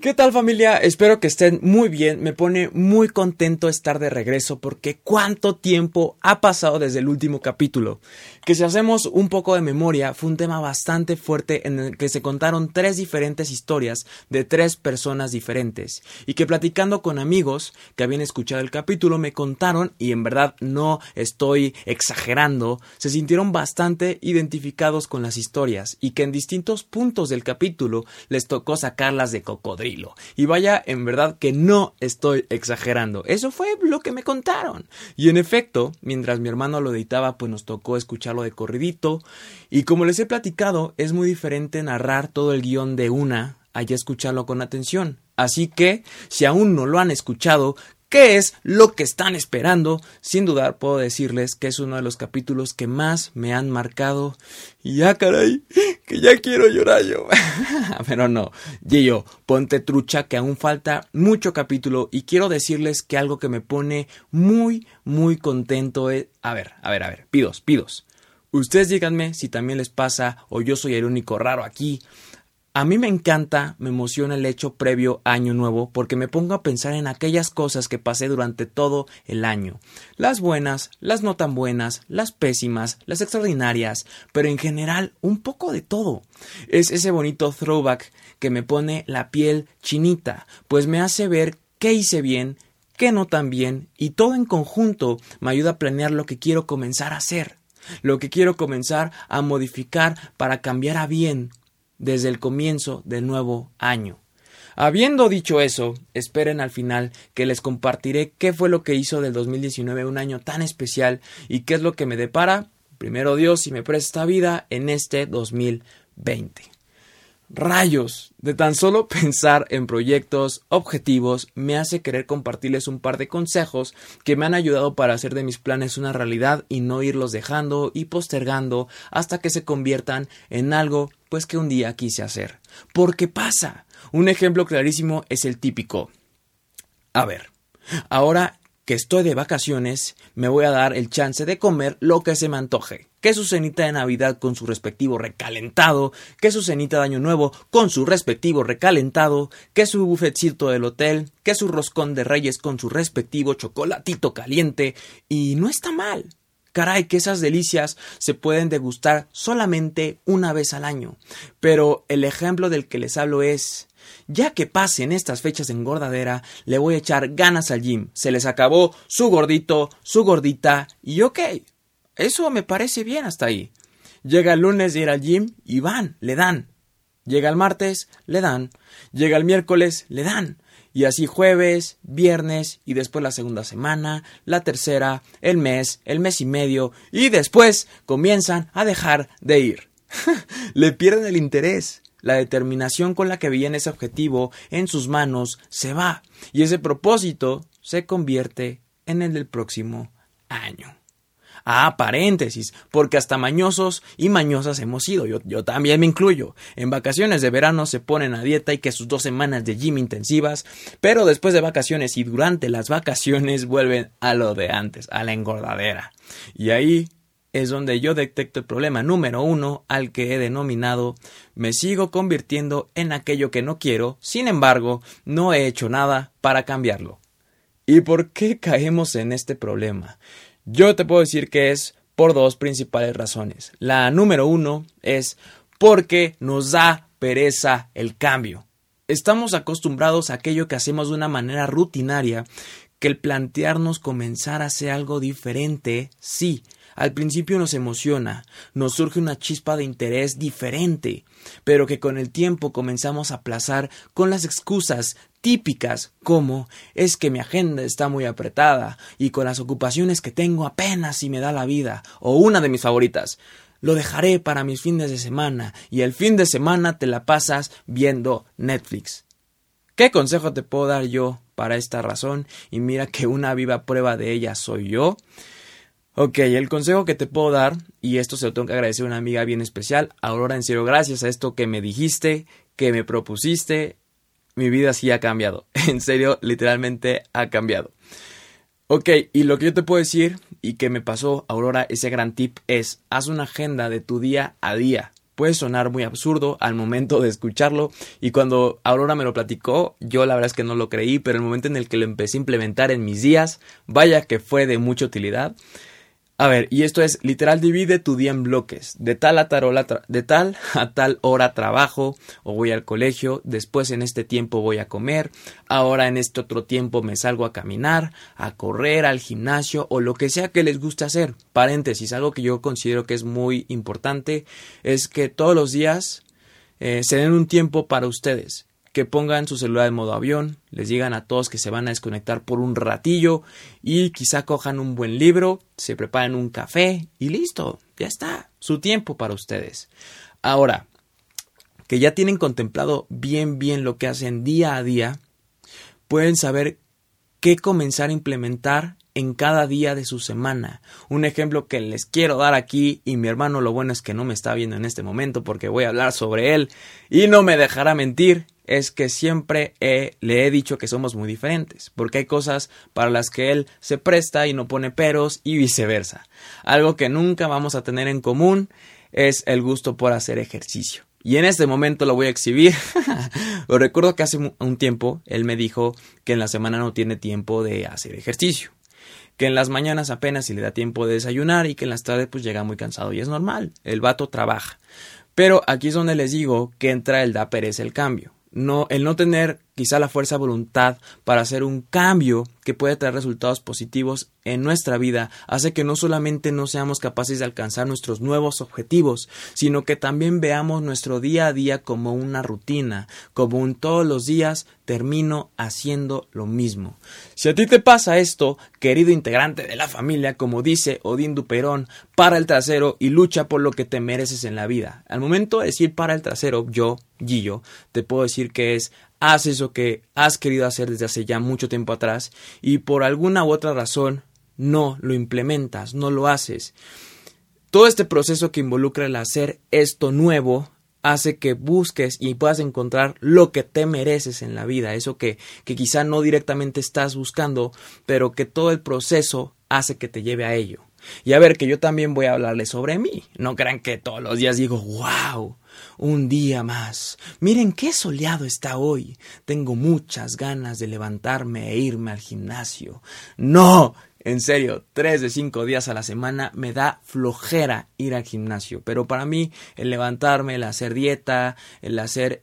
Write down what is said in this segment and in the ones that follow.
¿Qué tal, familia? Espero que estén muy bien. Me pone muy contento estar de regreso porque cuánto tiempo ha pasado desde el último capítulo. Que si hacemos un poco de memoria, fue un tema bastante fuerte en el que se contaron 3 diferentes historias de 3 personas diferentes. Y que platicando con amigos que habían escuchado el capítulo me contaron, y en verdad no estoy exagerando, se sintieron bastante identificados con las historias y que en distintos puntos del capítulo les tocó sacarlas de cocodrilo. Y vaya, en verdad que no estoy exagerando. Eso fue lo que me contaron. Y en efecto, mientras mi hermano lo editaba, pues nos tocó escucharlo de corridito. Y como les he platicado, es muy diferente narrar todo el guión de una a ya escucharlo con atención. Así que, si aún no lo han escuchado, ¿qué es lo que están esperando? Sin dudar puedo decirles que es uno de los capítulos que más me han marcado. Y ya caray, que ya quiero llorar yo. Pero no, Gillo, ponte trucha que aún falta mucho capítulo y quiero decirles que algo que me pone muy contento es... A ver, pidos. Ustedes díganme si también les pasa o yo soy el único raro aquí. A mí me encanta, me emociona el hecho previo a Año Nuevo porque me pongo a pensar en aquellas cosas que pasé durante todo el año. Las buenas, las no tan buenas, las pésimas, las extraordinarias, pero en general un poco de todo. Es ese bonito throwback que me pone la piel chinita, pues me hace ver qué hice bien, qué no tan bien y todo en conjunto me ayuda a planear lo que quiero comenzar a hacer, lo que quiero comenzar a modificar para cambiar a bien desde el comienzo del nuevo año. Habiendo dicho eso, esperen al final que les compartiré qué fue lo que hizo del 2019 un año tan especial y qué es lo que me depara, primero Dios si me presta vida, en este 2020. Rayos, de tan solo pensar en proyectos, objetivos, me hace querer compartirles un par de consejos que me han ayudado para hacer de mis planes una realidad y no irlos dejando y postergando hasta que se conviertan en algo pues que un día quise hacer. Porque pasa. Un ejemplo clarísimo es el típico. A ver, ahora que estoy de vacaciones, me voy a dar el chance de comer lo que se me antoje. Que su cenita de Navidad con su respectivo recalentado, que su cenita de Año Nuevo con su respectivo recalentado, que su buffetcito del hotel, que su roscón de Reyes con su respectivo chocolatito caliente. Y no está mal. Caray, que esas delicias se pueden degustar solamente una vez al año. Pero el ejemplo del que les hablo es... Ya que pasen estas fechas de engordadera, le voy a echar ganas al gym. Se les acabó su gordito, su gordita y ok. Eso me parece bien hasta ahí. Llega el lunes de ir al gym y van, le dan. Llega el martes, le dan. Llega el miércoles, le dan. Y así jueves, viernes y después la segunda semana, la tercera, el mes y medio y después comienzan a dejar de ir. Le pierden el interés. La determinación con la que veían ese objetivo en sus manos se va y ese propósito se convierte en el del próximo año. Ah, paréntesis, porque hasta mañosos y mañosas hemos sido, yo también me incluyo. En vacaciones de verano se ponen a dieta y que sus 2 semanas de gym intensivas, pero después de vacaciones y durante las vacaciones vuelven a lo de antes, a la engordadera. Y ahí es donde yo detecto el problema número 1 al que he denominado me sigo convirtiendo en aquello que no quiero, sin embargo, no he hecho nada para cambiarlo. ¿Y por qué caemos en este problema? Yo te puedo decir que es por 2 principales razones. La número 1 es porque nos da pereza el cambio. Estamos acostumbrados a aquello que hacemos de una manera rutinaria, que el plantearnos comenzar a hacer algo diferente, sí, al principio nos emociona, nos surge una chispa de interés diferente, pero que con el tiempo comenzamos a aplazar con las excusas típicas como es que mi agenda está muy apretada y con las ocupaciones que tengo apenas si me da la vida, o una de mis favoritas, lo dejaré para mis fines de semana y el fin de semana te la pasas viendo Netflix. ¿Qué consejo te puedo dar yo para esta razón? Y mira que una viva prueba de ella soy yo. Ok, el consejo que te puedo dar, y esto se lo tengo que agradecer a una amiga bien especial, Aurora, en serio, gracias a esto que me dijiste, que me propusiste, mi vida sí ha cambiado. En serio, literalmente ha cambiado. Ok, y lo que yo te puedo decir, y que me pasó, Aurora, ese gran tip es, haz una agenda de tu día a día. Puede sonar muy absurdo al momento de escucharlo, y cuando Aurora me lo platicó, yo la verdad es que no lo creí, pero el momento en el que lo empecé a implementar en mis días, vaya que fue de mucha utilidad. A ver, y esto es, literal, divide tu día en bloques. De tal a tal hora trabajo o voy al colegio. Después en este tiempo voy a comer. Ahora en este otro tiempo me salgo a caminar, a correr, al gimnasio o lo que sea que les guste hacer. Paréntesis, algo que yo considero que es muy importante es que todos los días se den un tiempo para ustedes. Que pongan su celular en modo avión, les digan a todos que se van a desconectar por un ratillo y quizá cojan un buen libro, se preparen un café y listo, ya está, su tiempo para ustedes. Ahora, que ya tienen contemplado bien lo que hacen día a día, pueden saber qué comenzar a implementar en cada día de su semana. Un ejemplo que les quiero dar aquí, y mi hermano lo bueno es que no me está viendo en este momento porque voy a hablar sobre él y no me dejará mentir, es que siempre le he dicho que somos muy diferentes, porque hay cosas para las que él se presta y no pone peros y viceversa. Algo que nunca vamos a tener en común es el gusto por hacer ejercicio. Y en este momento lo voy a exhibir. Lo recuerdo que hace un tiempo él me dijo que en la semana no tiene tiempo de hacer ejercicio, que en las mañanas apenas si le da tiempo de desayunar y que en las tardes pues llega muy cansado y es normal, el vato trabaja. Pero aquí es donde les digo que entra el da pereza el cambio. No, el no tener quizá la fuerza de voluntad para hacer un cambio que puede traer resultados positivos en nuestra vida hace que no solamente no seamos capaces de alcanzar nuestros nuevos objetivos, sino que también veamos nuestro día a día como una rutina, como un todos los días termino haciendo lo mismo. Si a ti te pasa esto, querido integrante de la familia, como dice Odín Duperón, para el trasero y lucha por lo que te mereces en la vida. Al momento de decir para el trasero, yo, Gillo, te puedo decir que es haz eso que has querido hacer desde hace ya mucho tiempo atrás y por alguna u otra razón no lo implementas, no lo haces. Todo este proceso que involucra el hacer esto nuevo hace que busques y puedas encontrar lo que te mereces en la vida, eso que quizá no directamente estás buscando, pero que todo el proceso hace que te lleve a ello. Y a ver, que yo también voy a hablarles sobre mí. No crean que todos los días digo, wow, un día más. Miren qué soleado está hoy. Tengo muchas ganas de levantarme e irme al gimnasio. No, en serio, 3 de 5 días a la semana me da flojera ir al gimnasio. Pero para mí, el levantarme, el hacer dieta, el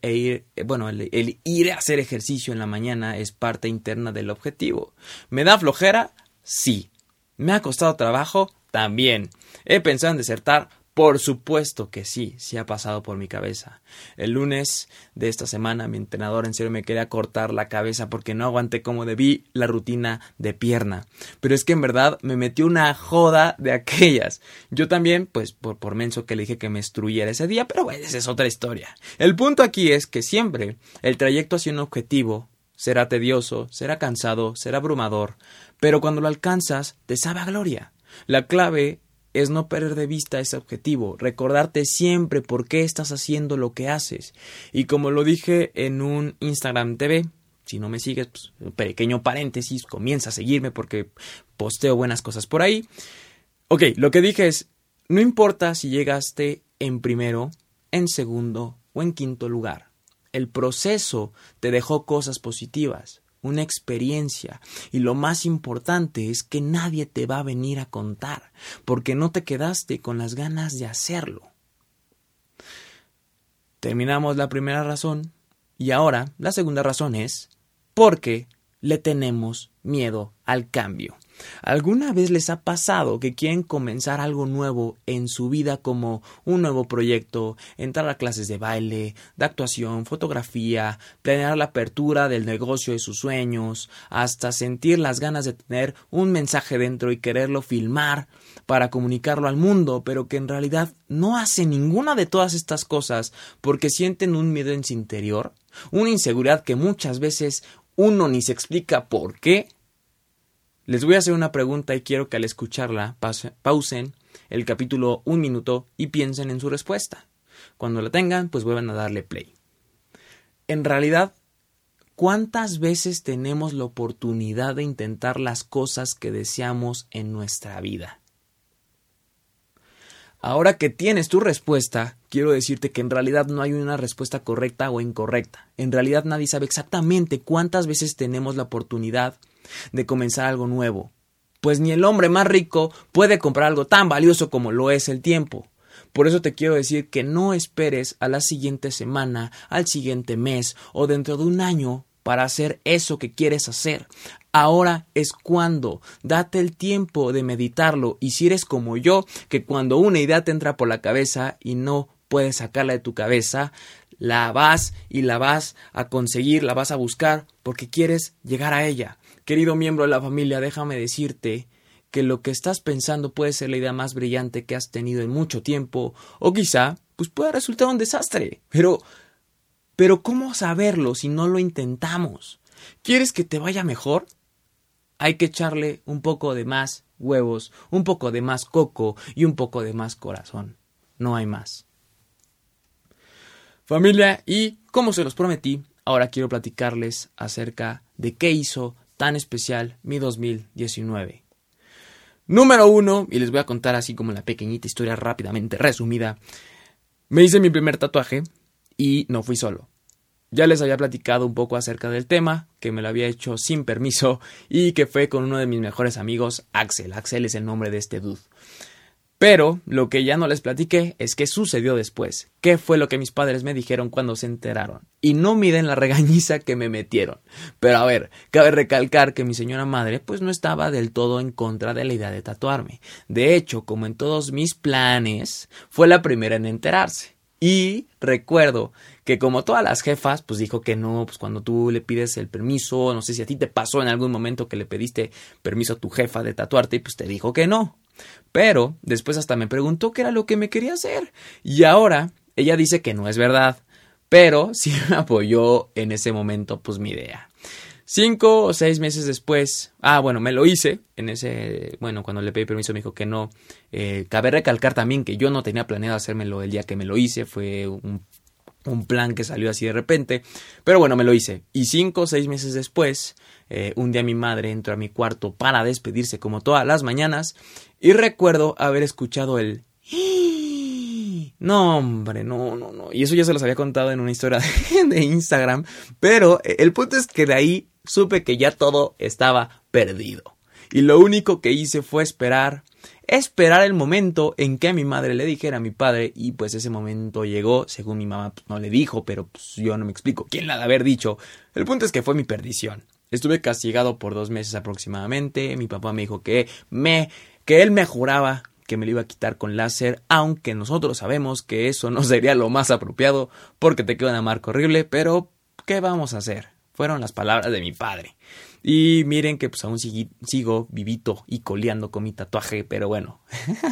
ir a hacer ejercicio en la mañana es parte interna del objetivo. ¿Me da flojera? Sí. ¿Me ha costado trabajo? También. ¿He pensado en desertar? Por supuesto que sí ha pasado por mi cabeza. El lunes de esta semana mi entrenador en serio me quería cortar la cabeza porque no aguanté como debí la rutina de pierna. Pero es que en verdad me metió una joda de aquellas. Yo también, pues por menso que le dije que me instruyera ese día, pero bueno, esa es otra historia. El punto aquí es que siempre el trayecto hacia un objetivo será tedioso, será cansado, será abrumador, pero cuando lo alcanzas te sabe a gloria. La clave es no perder de vista ese objetivo, recordarte siempre por qué estás haciendo lo que haces. Y como lo dije en un Instagram TV, si no me sigues, pues, un pequeño paréntesis, comienza a seguirme porque posteo buenas cosas por ahí. Ok, lo que dije es, no importa si llegaste en primero, en segundo o en quinto lugar. El proceso te dejó cosas positivas, una experiencia, y lo más importante es que nadie te va a venir a contar, porque no te quedaste con las ganas de hacerlo. Terminamos la primera razón, y ahora la segunda razón es porque le tenemos miedo al cambio. ¿Alguna vez les ha pasado que quieren comenzar algo nuevo en su vida como un nuevo proyecto, entrar a clases de baile, de actuación, fotografía, planear la apertura del negocio de sus sueños, hasta sentir las ganas de tener un mensaje dentro y quererlo filmar para comunicarlo al mundo, pero que en realidad no hacen ninguna de todas estas cosas porque sienten un miedo en su interior, una inseguridad que muchas veces uno ni se explica por qué? Les voy a hacer una pregunta y quiero que al escucharla pausen el capítulo 1 minuto y piensen en su respuesta. Cuando la tengan, pues vuelvan a darle play. En realidad, ¿cuántas veces tenemos la oportunidad de intentar las cosas que deseamos en nuestra vida? Ahora que tienes tu respuesta, quiero decirte que en realidad no hay una respuesta correcta o incorrecta. En realidad nadie sabe exactamente cuántas veces tenemos la oportunidad de comenzar algo nuevo. Pues ni el hombre más rico puede comprar algo tan valioso como lo es el tiempo. Por eso te quiero decir que no esperes a la siguiente semana, al siguiente mes o dentro de un año para hacer eso que quieres hacer. Ahora es cuando, date el tiempo de meditarlo, y si eres como yo, que cuando una idea te entra por la cabeza y no puedes sacarla de tu cabeza, la vas a conseguir, la vas a buscar porque quieres llegar a ella. Querido miembro de la familia, déjame decirte que lo que estás pensando puede ser la idea más brillante que has tenido en mucho tiempo, o quizá pues pueda resultar un desastre. Pero ¿cómo saberlo si no lo intentamos? ¿Quieres que te vaya mejor? Hay que echarle un poco de más huevos, un poco de más coco y un poco de más corazón. No hay más. Familia, y como se los prometí, ahora quiero platicarles acerca de qué hizo tan especial mi 2019. Número 1, y les voy a contar así como la pequeñita historia rápidamente resumida. Me hice mi primer tatuaje y no fui solo. Ya les había platicado un poco acerca del tema, que me lo había hecho sin permiso y que fue con uno de mis mejores amigos, Axel. Axel es el nombre de este dude. Pero lo que ya no les platiqué es qué sucedió después. ¿Qué fue lo que mis padres me dijeron cuando se enteraron? Y no miden la regañiza que me metieron. Pero a ver, cabe recalcar que mi señora madre pues no estaba del todo en contra de la idea de tatuarme. De hecho, como en todos mis planes, fue la primera en enterarse. Y recuerdo que como todas las jefas, pues dijo que no, pues cuando tú le pides el permiso, no sé si a ti te pasó en algún momento que le pediste permiso a tu jefa de tatuarte y pues te dijo que no. Pero después hasta me preguntó qué era lo que me quería hacer. Y ahora ella dice que no es verdad, pero sí me apoyó en ese momento pues mi idea. 5 o 6 meses después, me lo hice, cuando le pedí permiso me dijo que no. Cabe recalcar también que yo no tenía planeado hacérmelo el día que me lo hice, fue un plan que salió así de repente, pero bueno, me lo hice. Y 5 o 6 meses después, un día mi madre entró a mi cuarto para despedirse como todas las mañanas, y recuerdo haber escuchado el... No, hombre, no. Y eso ya se los había contado en una historia de Instagram, pero el punto es que de ahí supe que ya todo estaba perdido. Y lo único que hice fue esperar el momento en que mi madre le dijera a mi padre, y pues ese momento llegó. Según mi mamá pues, no le dijo, pero pues yo no me explico quién la ha de haber dicho. El punto es que fue mi perdición. Estuve castigado por 2 meses aproximadamente. Mi papá me dijo que él me juraba que me lo iba a quitar con láser, aunque nosotros sabemos que eso no sería lo más apropiado porque te queda una marca horrible, pero ¿qué vamos a hacer? Fueron las palabras de mi padre. Y miren que pues aún sigo vivito y coleando con mi tatuaje, pero bueno,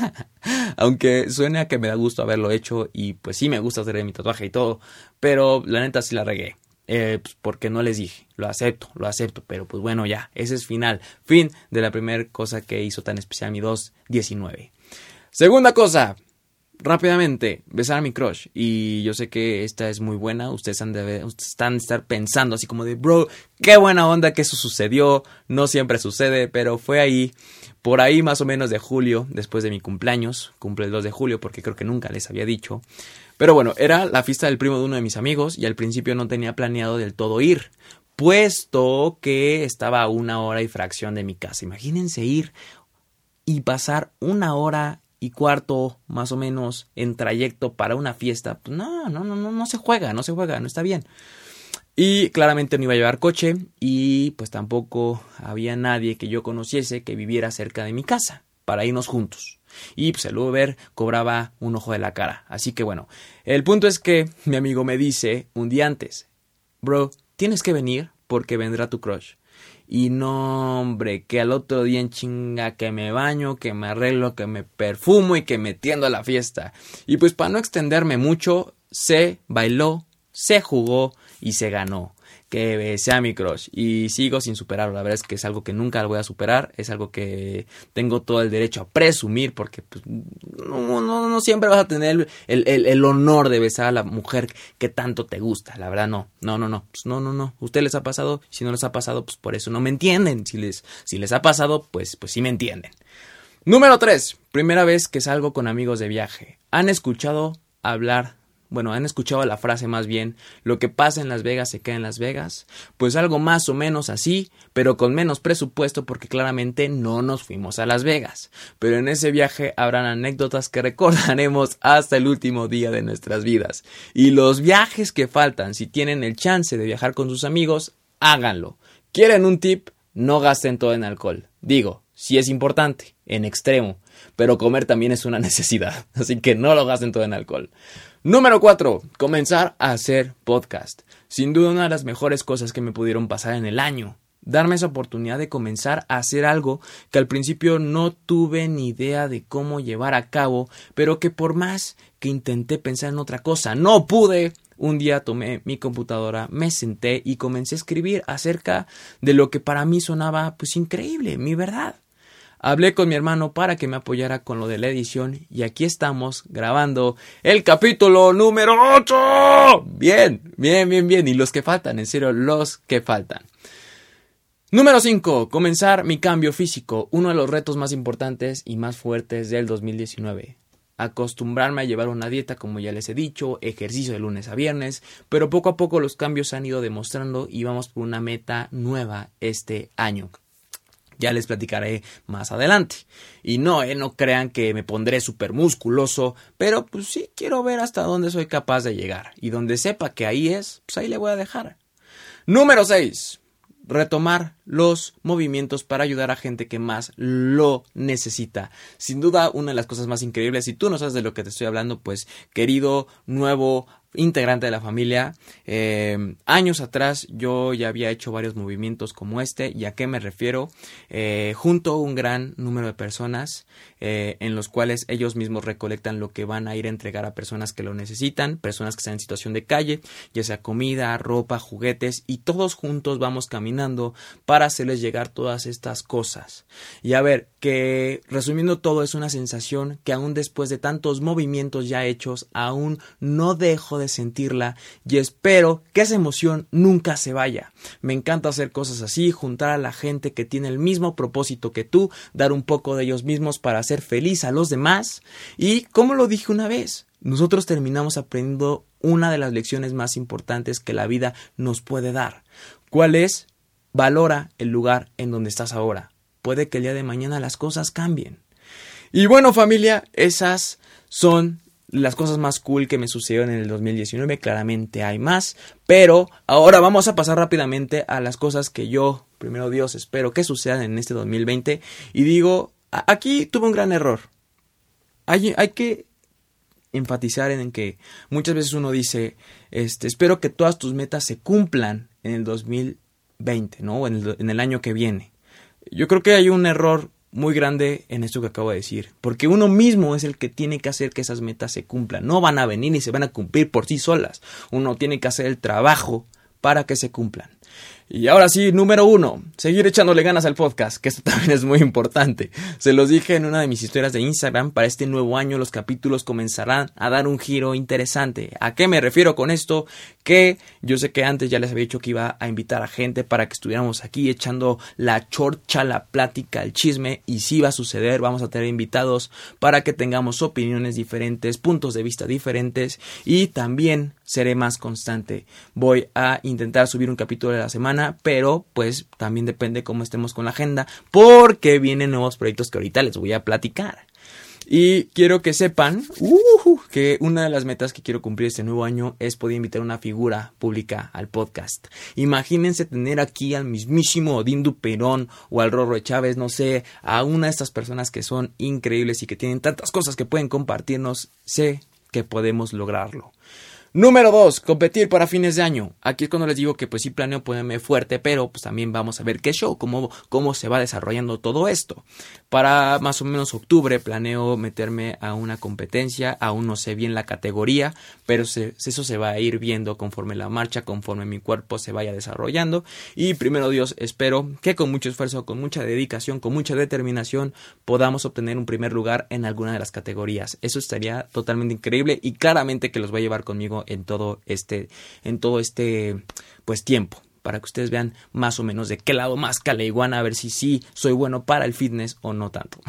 aunque suene a que me da gusto haberlo hecho y pues sí me gusta hacer mi tatuaje y todo, pero la neta sí la regué. Porque no les dije, lo acepto, pero pues bueno ya, ese es fin de la primera cosa que hizo tan especial mi 2019. Segunda cosa, rápidamente, besar a mi crush. Y yo sé que esta es muy buena, ustedes están de estar pensando así como de, bro, qué buena onda que eso sucedió, no siempre sucede, pero fue por ahí más o menos de julio, después de mi cumpleaños, cumple el 2 de julio porque creo que nunca les había dicho. Pero bueno, era la fiesta del primo de uno de mis amigos y al principio no tenía planeado del todo ir, puesto que estaba a 1 hora y fracción de mi casa. Imagínense ir y pasar 1 hora y cuarto más o menos en trayecto para una fiesta. Pues no se juega, no está bien. Y claramente no iba a llevar coche y pues tampoco había nadie que yo conociese que viviera cerca de mi casa para irnos juntos. Y pues el Uber cobraba un ojo de la cara. Así que bueno, el punto es que mi amigo me dice un día antes, bro, tienes que venir porque vendrá tu crush. Y no, hombre, que al otro día en chinga que me baño, que me arreglo, que me perfumo y que me tiendo a la fiesta. Y pues para no extenderme mucho, se bailó, se jugó y se ganó. Que besé a mi crush y sigo sin superarlo. La verdad es que es algo que nunca lo voy a superar. Es algo que tengo todo el derecho a presumir porque pues, no siempre vas a tener el honor de besar a la mujer que tanto te gusta. La verdad no. Pues, no. ¿Ustedes les ha pasado? Si no les ha pasado, pues por eso no me entienden. Si les ha pasado, pues sí me entienden. Número 3. Primera vez que salgo con amigos de viaje. ¿Han escuchado la frase más bien, lo que pasa en Las Vegas se queda en Las Vegas? Pues algo más o menos así, pero con menos presupuesto porque claramente no nos fuimos a Las Vegas. Pero en ese viaje habrán anécdotas que recordaremos hasta el último día de nuestras vidas. Y los viajes que faltan, si tienen el chance de viajar con sus amigos, háganlo. ¿Quieren un tip? No gasten todo en alcohol. Digo, sí es importante, en extremo, pero comer también es una necesidad, así que no lo gasten todo en alcohol. Número 4. Comenzar a hacer podcast. Sin duda una de las mejores cosas que me pudieron pasar en el año. Darme esa oportunidad de comenzar a hacer algo que al principio no tuve ni idea de cómo llevar a cabo, pero que por más que intenté pensar en otra cosa, no pude. Un día tomé mi computadora, me senté y comencé a escribir acerca de lo que para mí sonaba pues increíble, mi verdad. Hablé con mi hermano para que me apoyara con lo de la edición y aquí estamos grabando el capítulo número 8. Bien. Y los que faltan, en serio, los que faltan. Número 5. Comenzar mi cambio físico. Uno de los retos más importantes y más fuertes del 2019. Acostumbrarme a llevar una dieta, como ya les he dicho, ejercicio de lunes a viernes, pero poco a poco los cambios se han ido demostrando y vamos por una meta nueva este año. Ya les platicaré más adelante. Y no crean que me pondré súper musculoso, pero pues sí quiero ver hasta dónde soy capaz de llegar. Y donde sepa que ahí es, pues ahí le voy a dejar. Número 6. Retomar los movimientos para ayudar a gente que más lo necesita. Sin duda, una de las cosas más increíbles, si tú no sabes de lo que te estoy hablando, pues querido nuevo integrante de la familia, años atrás yo ya había hecho varios movimientos como este. ¿Y a qué me refiero? Junto a un gran número de personas en los cuales ellos mismos recolectan lo que van a ir a entregar a personas que lo necesitan, personas que están en situación de calle, ya sea comida, ropa, juguetes, y todos juntos vamos caminando para hacerles llegar todas estas cosas. Y a ver, que resumiendo todo, es una sensación que aún después de tantos movimientos ya hechos, aún no dejo de sentirla y espero que esa emoción nunca se vaya. Me encanta hacer cosas así, juntar a la gente que tiene el mismo propósito que tú, dar un poco de ellos mismos para hacer feliz a los demás. Y como lo dije una vez, nosotros terminamos aprendiendo una de las lecciones más importantes que la vida nos puede dar. ¿Cuál es? Valora el lugar en donde estás ahora. Puede que el día de mañana las cosas cambien. Y bueno, familia, esas son las cosas más cool que me sucedieron en el 2019. Claramente hay más, pero ahora vamos a pasar rápidamente a las cosas que yo, primero Dios, espero que sucedan en este 2020. Y digo, aquí tuve un gran error. Hay que enfatizar en que muchas veces uno dice, espero que todas tus metas se cumplan en el 2020, ¿no? O en el año que viene. Yo creo que hay un error muy grande en esto que acabo de decir, porque uno mismo es el que tiene que hacer que esas metas se cumplan. No van a venir ni se van a cumplir por sí solas. Uno tiene que hacer el trabajo para que se cumplan. Y ahora sí, número 1, seguir echándole ganas al podcast, que esto también es muy importante. Se los dije en una de mis historias de Instagram, para este nuevo año los capítulos comenzarán a dar un giro interesante. ¿A qué me refiero con esto? Que yo sé que antes ya les había dicho que iba a invitar a gente para que estuviéramos aquí echando la chorcha, la plática, el chisme, y sí va a suceder. Vamos a tener invitados para que tengamos opiniones diferentes, puntos de vista diferentes, y también seré más constante. Voy a intentar subir un capítulo de la semana, pero pues también depende cómo estemos con la agenda, porque vienen nuevos proyectos que ahorita les voy a platicar. Y quiero que sepan que una de las metas que quiero cumplir este nuevo año es poder invitar a una figura pública al podcast. Imagínense tener aquí al mismísimo Odín Duperón o al Rorro Chávez, no sé, a una de estas personas que son increíbles y que tienen tantas cosas que pueden compartirnos. Sé que podemos lograrlo. Número 2, competir para fines de año. Aquí es cuando les digo que pues sí planeo ponerme fuerte, pero pues también vamos a ver qué show, cómo se va desarrollando todo esto. Para más o menos octubre planeo meterme a una competencia, aún no sé bien la categoría, pero eso se va a ir viendo conforme la marcha, conforme mi cuerpo se vaya desarrollando. Y primero Dios, espero que con mucho esfuerzo, con mucha dedicación, con mucha determinación, podamos obtener un primer lugar en alguna de las categorías. Eso estaría totalmente increíble y claramente que los voy a llevar conmigo en todo este pues tiempo, para que ustedes vean más o menos de qué lado más caleiguana, a ver si sí soy bueno para el fitness o no tanto.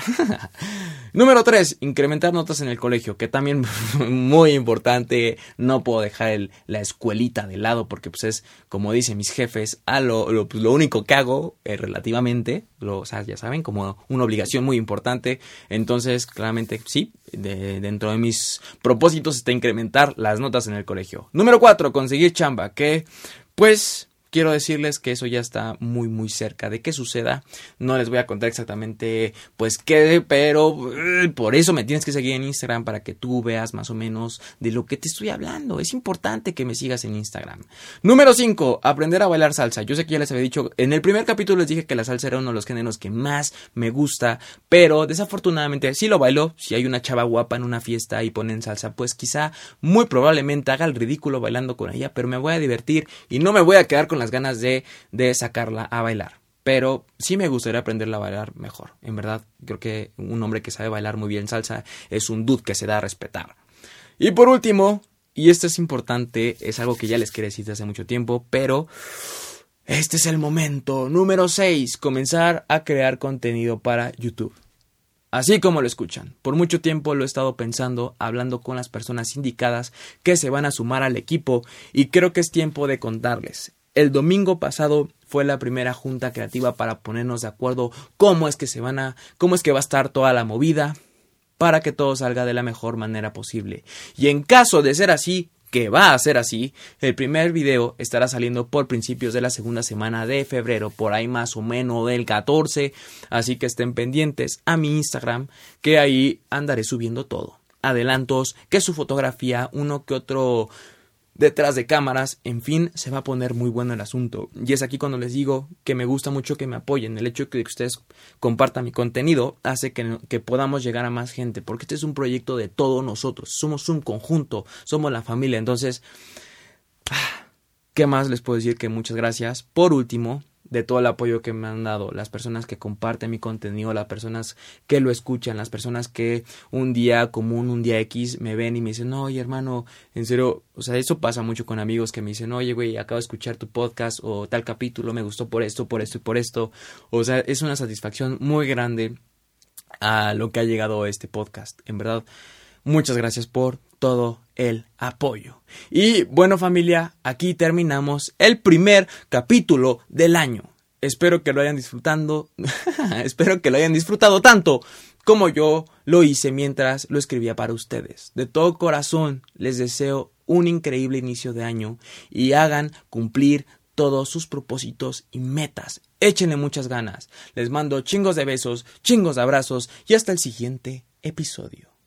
Número 3, incrementar notas en el colegio, que también muy importante. No puedo dejar la escuelita de lado porque pues es, como dicen mis jefes, lo único que hago relativamente, o sea, ya saben, como una obligación muy importante. Entonces, claramente sí, dentro de mis propósitos está incrementar las notas en el colegio. Número 4, conseguir chamba, que pues quiero decirles que eso ya está muy muy cerca de que suceda. No les voy a contar exactamente pues qué, pero por eso me tienes que seguir en Instagram para que tú veas más o menos de lo que te estoy hablando. Es importante que me sigas en Instagram. Número 5, aprender a bailar salsa. Yo sé que ya les había dicho, en el primer capítulo les dije que la salsa era uno de los géneros que más me gusta, pero desafortunadamente sí lo bailo. Si hay una chava guapa en una fiesta y ponen salsa, pues quizá muy probablemente haga el ridículo bailando con ella, pero me voy a divertir y no me voy a quedar con las ganas de sacarla a bailar. Pero sí me gustaría aprenderla a bailar mejor. En verdad, creo que un hombre que sabe bailar muy bien salsa es un dude que se da a respetar. Y por último, y esto es importante, es algo que ya les quería decir desde hace mucho tiempo, pero este es el momento. Número 6, comenzar a crear contenido para YouTube. Así como lo escuchan, por mucho tiempo lo he estado pensando, hablando con las personas indicadas que se van a sumar al equipo, y creo que es tiempo de contarles. El domingo pasado fue la primera junta creativa para ponernos de acuerdo cómo es que va a estar toda la movida para que todo salga de la mejor manera posible. Y en caso de ser así, que va a ser así, el primer video estará saliendo por principios de la segunda semana de febrero, por ahí más o menos del 14, así que estén pendientes a mi Instagram, que ahí andaré subiendo todo. Adelantos, que su fotografía, uno que otro detrás de cámaras, en fin, se va a poner muy bueno el asunto. Y es aquí cuando les digo que me gusta mucho que me apoyen. El hecho de que ustedes compartan mi contenido hace que podamos llegar a más gente, porque este es un proyecto de todos nosotros. Somos un conjunto, somos la familia. Entonces, ¿qué más les puedo decir? Que muchas gracias. Por último, de todo el apoyo que me han dado, las personas que comparten mi contenido, las personas que lo escuchan, las personas que un día común, un día X me ven y me dicen, oye hermano, en serio, o sea, eso pasa mucho con amigos que me dicen, oye güey, acabo de escuchar tu podcast o tal capítulo, me gustó por esto y por esto. O sea, es una satisfacción muy grande a lo que ha llegado este podcast, en verdad. Muchas gracias por todo el apoyo. Y bueno familia, aquí terminamos el primer capítulo del año. Espero que lo hayan disfrutado. Espero que lo hayan disfrutado tanto como yo lo hice mientras lo escribía para ustedes. De todo corazón les deseo un increíble inicio de año y hagan cumplir todos sus propósitos y metas. Échenle muchas ganas. Les mando chingos de besos, chingos de abrazos y hasta el siguiente episodio.